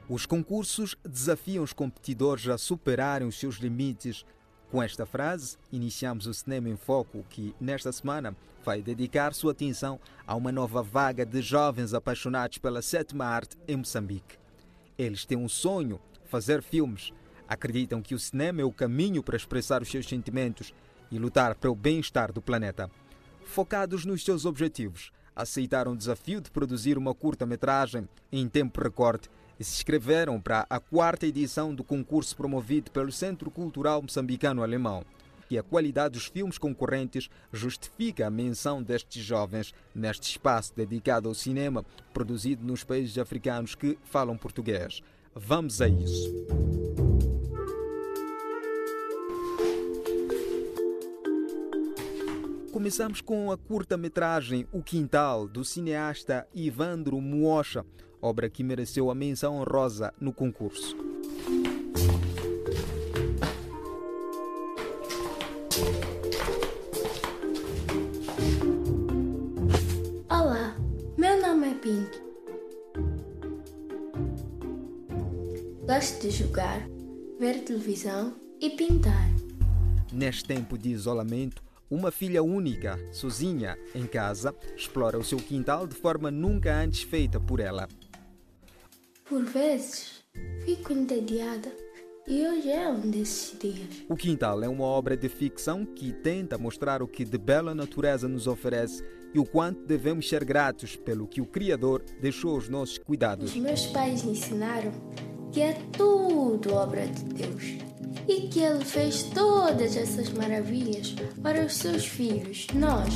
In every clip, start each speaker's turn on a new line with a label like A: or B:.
A: Os concursos desafiam os competidores a superarem os seus limites. Com esta frase, iniciamos o Cinema em Foco, que nesta semana vai dedicar sua atenção a uma nova vaga de jovens apaixonados pela sétima arte em Moçambique. Eles têm um sonho, fazer filmes. Acreditam que o cinema é o caminho para expressar os seus sentimentos e lutar pelo bem-estar do planeta. Focados nos seus objetivos, aceitaram o desafio de produzir uma curta-metragem em tempo recorde e se inscreveram para a 4ª edição do concurso promovido pelo Centro Cultural Moçambicano-Alemão. E a qualidade dos filmes concorrentes justifica a menção destes jovens neste espaço dedicado ao cinema produzido nos países africanos que falam português. Vamos a isso. Começamos com a curta-metragem O Quintal, do cineasta Ivandro Muocha, obra que mereceu a menção honrosa no concurso.
B: Olá, meu nome é Pink. Gosto de jogar, ver televisão e pintar.
A: Neste tempo de isolamento, uma filha única, sozinha, em casa, explora o seu quintal de forma nunca antes feita por ela.
B: Por vezes, fico entediada e hoje é um desses dias.
A: O Quintal é uma obra de ficção que tenta mostrar o que de bela natureza nos oferece e o quanto devemos ser gratos pelo que o Criador deixou aos nossos cuidados.
B: Os meus pais ensinaram que é tudo obra de Deus e que Ele fez todas essas maravilhas para os seus filhos, nós.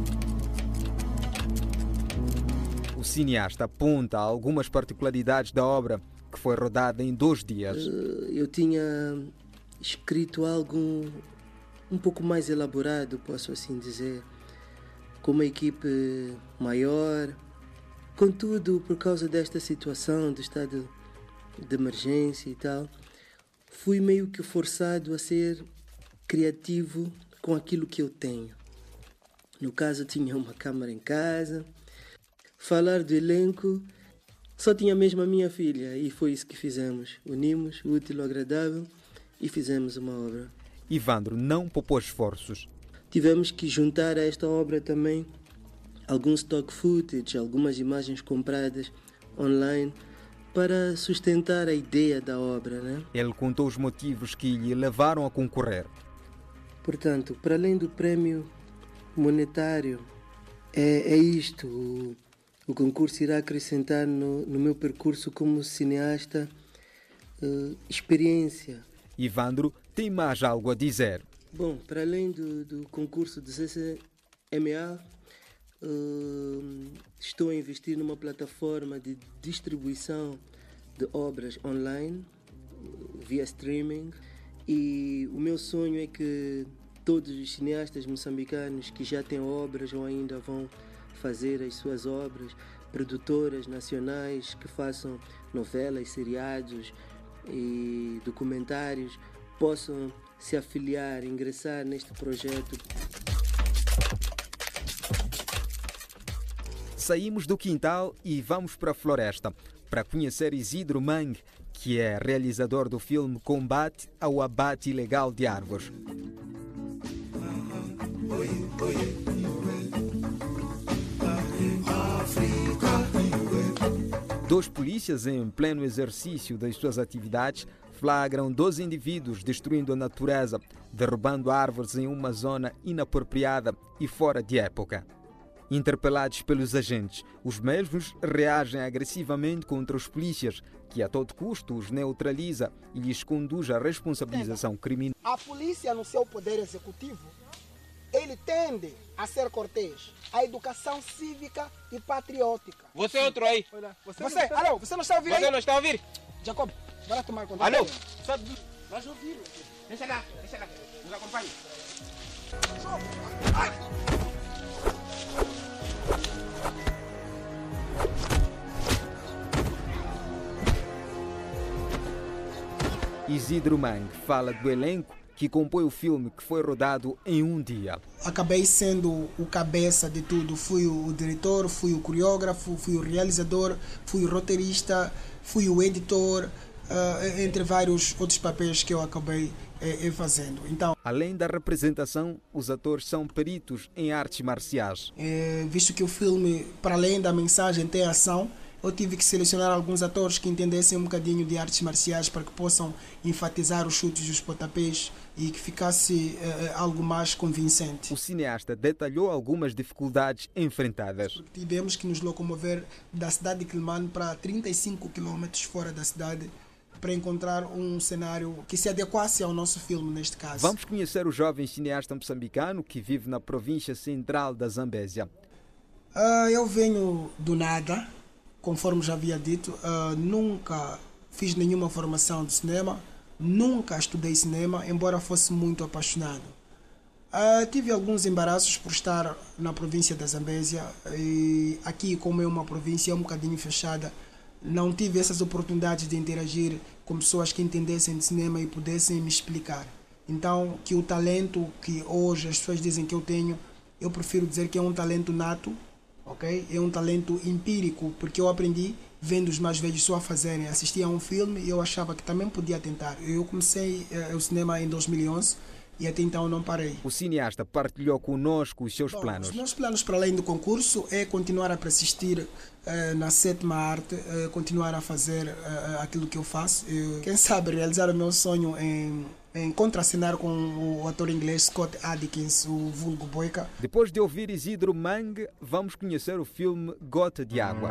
A: O cineasta aponta algumas particularidades da obra, que foi rodada em 2 dias.
C: Eu tinha escrito algo um pouco mais elaborado, posso assim dizer, com uma equipe maior. Contudo, por causa desta situação, do estado de emergência e tal, fui meio que forçado a ser criativo com aquilo que eu tenho. No caso, tinha uma câmara em casa. Falar do elenco, só tinha mesmo a minha filha e foi isso que fizemos. Unimos o útil ao agradável e fizemos uma obra.
A: Ivandro não poupou esforços.
C: Tivemos que juntar a esta obra também algum stock footage, algumas imagens compradas online para sustentar a ideia da obra, né?
A: Ele contou os motivos que lhe levaram a concorrer.
C: Portanto, para além do prémio monetário, é isto. O concurso irá acrescentar no meu percurso como cineasta experiência.
A: Ivandro tem mais algo a dizer.
C: Bom, para além do concurso do CCMA, estou a investir numa plataforma de distribuição de obras online, via streaming, e o meu sonho é que todos os cineastas moçambicanos que já têm obras ou ainda vão fazer as suas obras, produtoras nacionais que façam novelas, seriados e documentários, possam se afiliar, ingressar neste projeto.
A: Saímos do quintal e vamos para a floresta para conhecer Isidro Mang, que é realizador do filme Combate ao Abate Ilegal de Árvores. Dois polícias, em pleno exercício das suas atividades, flagram 12 indivíduos destruindo a natureza, derrubando árvores em uma zona inapropriada e fora de época. Interpelados pelos agentes, os mesmos reagem agressivamente contra os polícias, que a todo custo os neutraliza e lhes conduz à responsabilização criminal.
D: A polícia, no seu poder executivo, ele tende a ser cortês, a educação cívica e patriótica.
E: Você é outro aí.
D: Alô, você não está a ouvir aí?
E: Você não está a ouvir?
D: Jacob, bora tomar conta.
E: Alô?
D: Vais ouvir.
E: Deixa cá, nos acompanhe.
A: Isidro Mang fala do elenco que compõe o filme que foi rodado em um dia.
D: Acabei sendo o cabeça de tudo. Fui o diretor, fui o coreógrafo, fui o realizador, fui o roteirista, fui o editor, entre vários outros papéis que eu acabei fazendo. Então,
A: além da representação, os atores são peritos em artes marciais.
D: Visto que o filme, para além da mensagem, tem ação, eu tive que selecionar alguns atores que entendessem um bocadinho de artes marciais para que possam enfatizar os chutes e os pontapés e que ficasse algo mais convincente.
A: O cineasta detalhou algumas dificuldades enfrentadas.
D: Tivemos que nos locomover da cidade de Quelimane para 35 km fora da cidade para encontrar um cenário que se adequasse ao nosso filme, neste caso.
A: Vamos conhecer o jovem cineasta moçambicano que vive na província central da Zambésia.
D: Eu venho do nada, conforme já havia dito. Nunca fiz nenhuma formação de cinema, nunca estudei cinema, embora fosse muito apaixonado. Tive alguns embaraços por estar na província da Zambésia e aqui, como é uma província um bocadinho fechada, não tive essas oportunidades de interagir com pessoas que entendessem de cinema e pudessem me explicar. Então, que o talento que hoje as pessoas dizem que eu tenho, eu prefiro dizer que é um talento nato, ok? É um talento empírico, porque eu aprendi vendo os mais velhos só a fazerem. Assisti a um filme e eu achava que também podia tentar. Eu comecei o cinema em 2011 e até então não parei.
A: O cineasta partilhou conosco os seus planos.
D: Os meus planos para além do concurso é continuar a persistir na sétima arte, continuar a fazer aquilo que eu faço. Quem sabe realizar o meu sonho em contracenar com o ator inglês Scott Adkins, o vulgo Boyka.
A: Depois de ouvir Isidro Mangue, vamos conhecer o filme Gota de Água.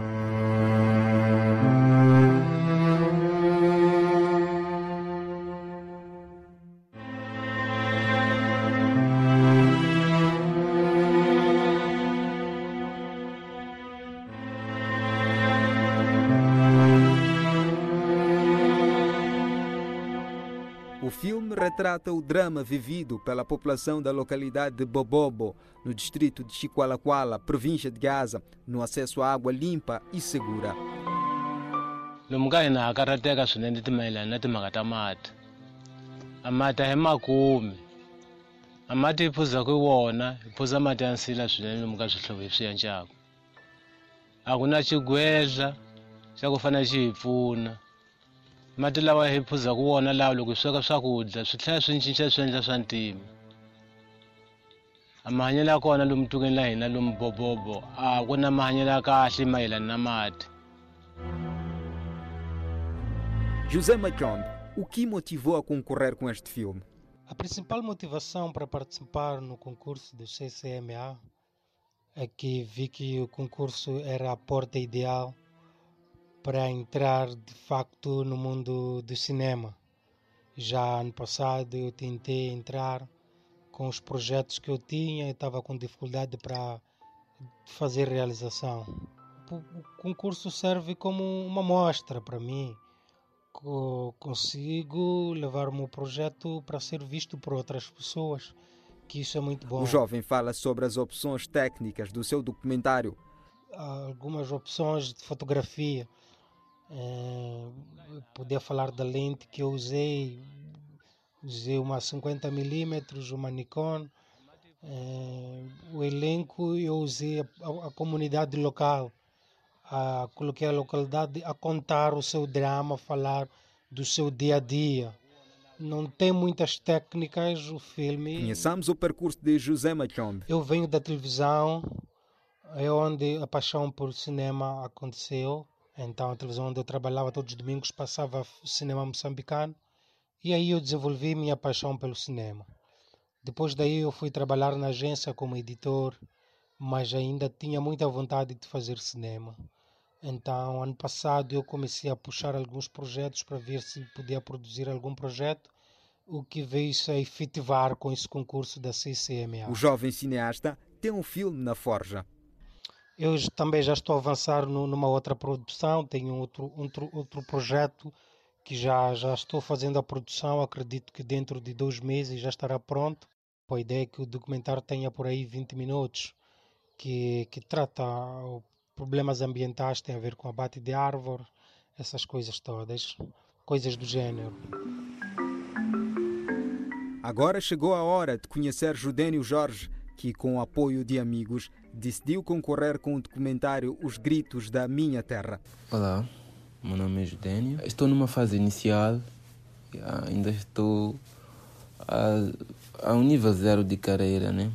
A: O filme retrata o drama vivido pela população da localidade de Bobobo, no distrito de Chiqualaquala, província de Gaza, no acesso à água limpa e segura.
F: Lumkani akarateka swinene timayelana na timhaka ta mati. A mati a hi makumi. A mati hi phuzaka wona, hi phuza mati ya nsila swinene lomu ka swihlovo swi endlaku. A ku na xigwedla xa ku fana xi hi pfuna. Mati lawa hi phuzaka wona lawa loko hi sweka swakudya swi tlhela swi cinca swi endla swa ntima. A mahanyelo ya kona lomu tikweni la hina lomu Bobobo a ku na mahanyelo ya kahle mayelana na mati.
A: José Machombe, o que motivou a concorrer com este filme?
G: A principal motivação para participar no concurso do CCMA é que vi que o concurso era a porta ideal para entrar de facto no mundo do cinema. Já ano passado eu tentei entrar com os projetos que eu tinha e estava com dificuldade para fazer realização. O concurso serve como uma mostra para mim. Consigo levar o meu projeto para ser visto por outras pessoas, que isso é muito bom.
A: O jovem fala sobre as opções técnicas do seu documentário.
G: Há algumas opções de fotografia. Podia falar da lente que eu usei uma 50mm, uma Nikon. O elenco eu usei a comunidade local. Coloquei a localidade a contar o seu drama, falar do seu dia a dia. Não tem muitas técnicas o filme.
A: Conheçamos o percurso de José Machombe.
G: Eu venho da televisão, é onde a paixão por cinema aconteceu. Então a televisão onde eu trabalhava todos os domingos passava cinema moçambicano e aí eu desenvolvi minha paixão pelo cinema. Depois daí eu fui trabalhar na agência como editor, mas ainda tinha muita vontade de fazer cinema. Então, ano passado eu comecei a puxar alguns projetos para ver se podia produzir algum projeto, o que veio-se a efetivar com esse concurso da CCMA.
A: O jovem cineasta tem um filme na forja.
G: Eu também já estou a avançar numa outra produção, tenho outro projeto que já estou fazendo a produção, acredito que dentro de 2 meses já estará pronto. A ideia é que o documentário tenha por aí 20 minutos, que trata problemas ambientais, tem a ver com abate de árvores, essas coisas todas, coisas do gênero.
A: Agora chegou a hora de conhecer Judênio Jorge, que, com o apoio de amigos, decidiu concorrer com o documentário Os Gritos da Minha Terra.
H: Olá, meu nome é Judênio. Estou numa fase inicial, ainda estou a um nível 0 de carreira, né?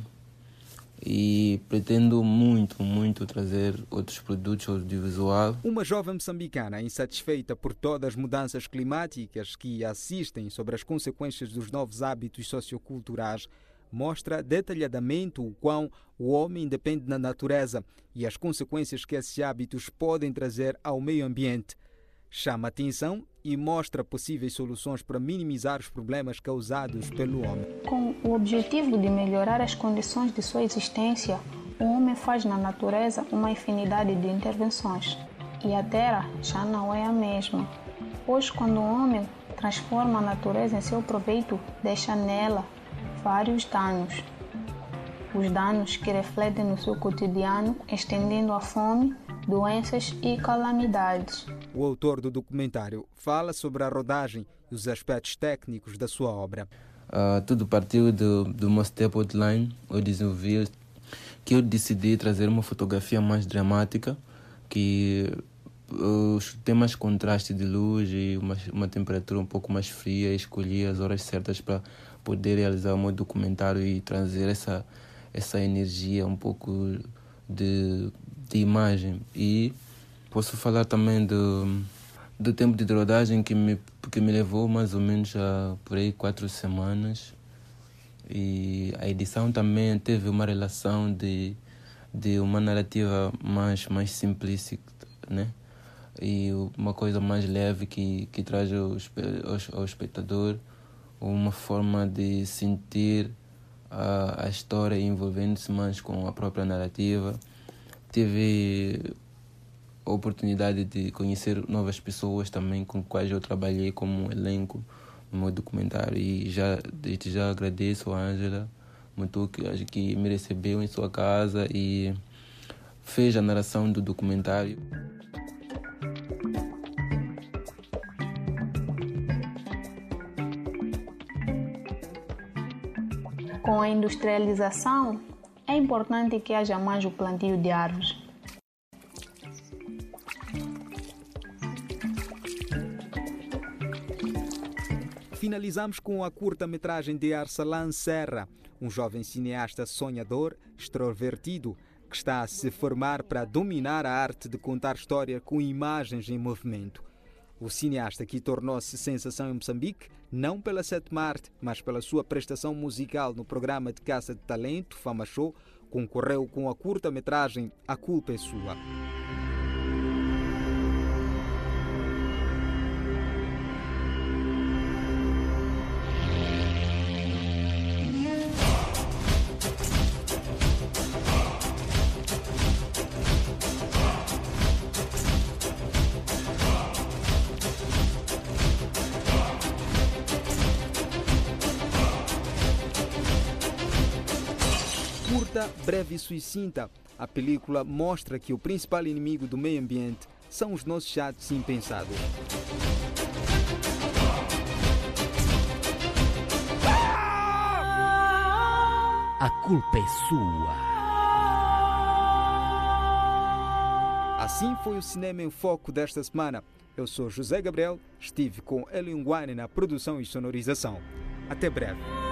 H: E pretendo muito trazer outros produtos audiovisuais.
A: Uma jovem moçambicana insatisfeita por todas as mudanças climáticas que assistem sobre as consequências dos novos hábitos socioculturais mostra detalhadamente o quão o homem depende da natureza e as consequências que esses hábitos podem trazer ao meio ambiente. Chama atenção e mostra possíveis soluções para minimizar os problemas causados pelo homem.
I: Com o objetivo de melhorar as condições de sua existência, o homem faz na natureza uma infinidade de intervenções. E a Terra já não é a mesma, pois quando o homem transforma a natureza em seu proveito, deixa nela vários danos. Os danos que refletem no seu cotidiano, estendendo a fome, doenças e calamidades.
A: O autor do documentário fala sobre a rodagem e os aspectos técnicos da sua obra.
H: Tudo partiu do meu step outline. Eu desenvolvi que eu decidi trazer uma fotografia mais dramática, que tem mais contraste de luz e uma temperatura um pouco mais fria. Escolhi as horas certas para poder realizar o meu documentário e trazer essa energia um pouco de imagem. E posso falar também do tempo de rodagem que me levou mais ou menos por aí 4 semanas. E a edição também teve uma relação de uma narrativa mais simplista, né? E uma coisa mais leve que traz ao espectador uma forma de sentir a história envolvendo-se mais com a própria narrativa. Tive a oportunidade de conhecer novas pessoas também com quais eu trabalhei como elenco no meu documentário, e desde já agradeço a Ângela muito que me recebeu em sua casa e fez a narração do documentário.
I: Com a industrialização, é importante que haja mais o plantio de árvores.
A: Finalizamos com a curta-metragem de Arsalan Serra, um jovem cineasta sonhador, extrovertido, que está a se formar para dominar a arte de contar história com imagens em movimento. O cineasta, que tornou-se sensação em Moçambique, não pela sétima arte, mas pela sua prestação musical no programa de caça de talento, Fama Show, concorreu com a curta-metragem A Culpa é Sua. Curta, breve e sucinta, a película mostra que o principal inimigo do meio ambiente são os nossos atos impensados.
J: A culpa é sua.
A: Assim foi o Cinema em Foco desta semana. Eu sou José Gabriel, estive com Elion Guane na produção e sonorização. Até breve.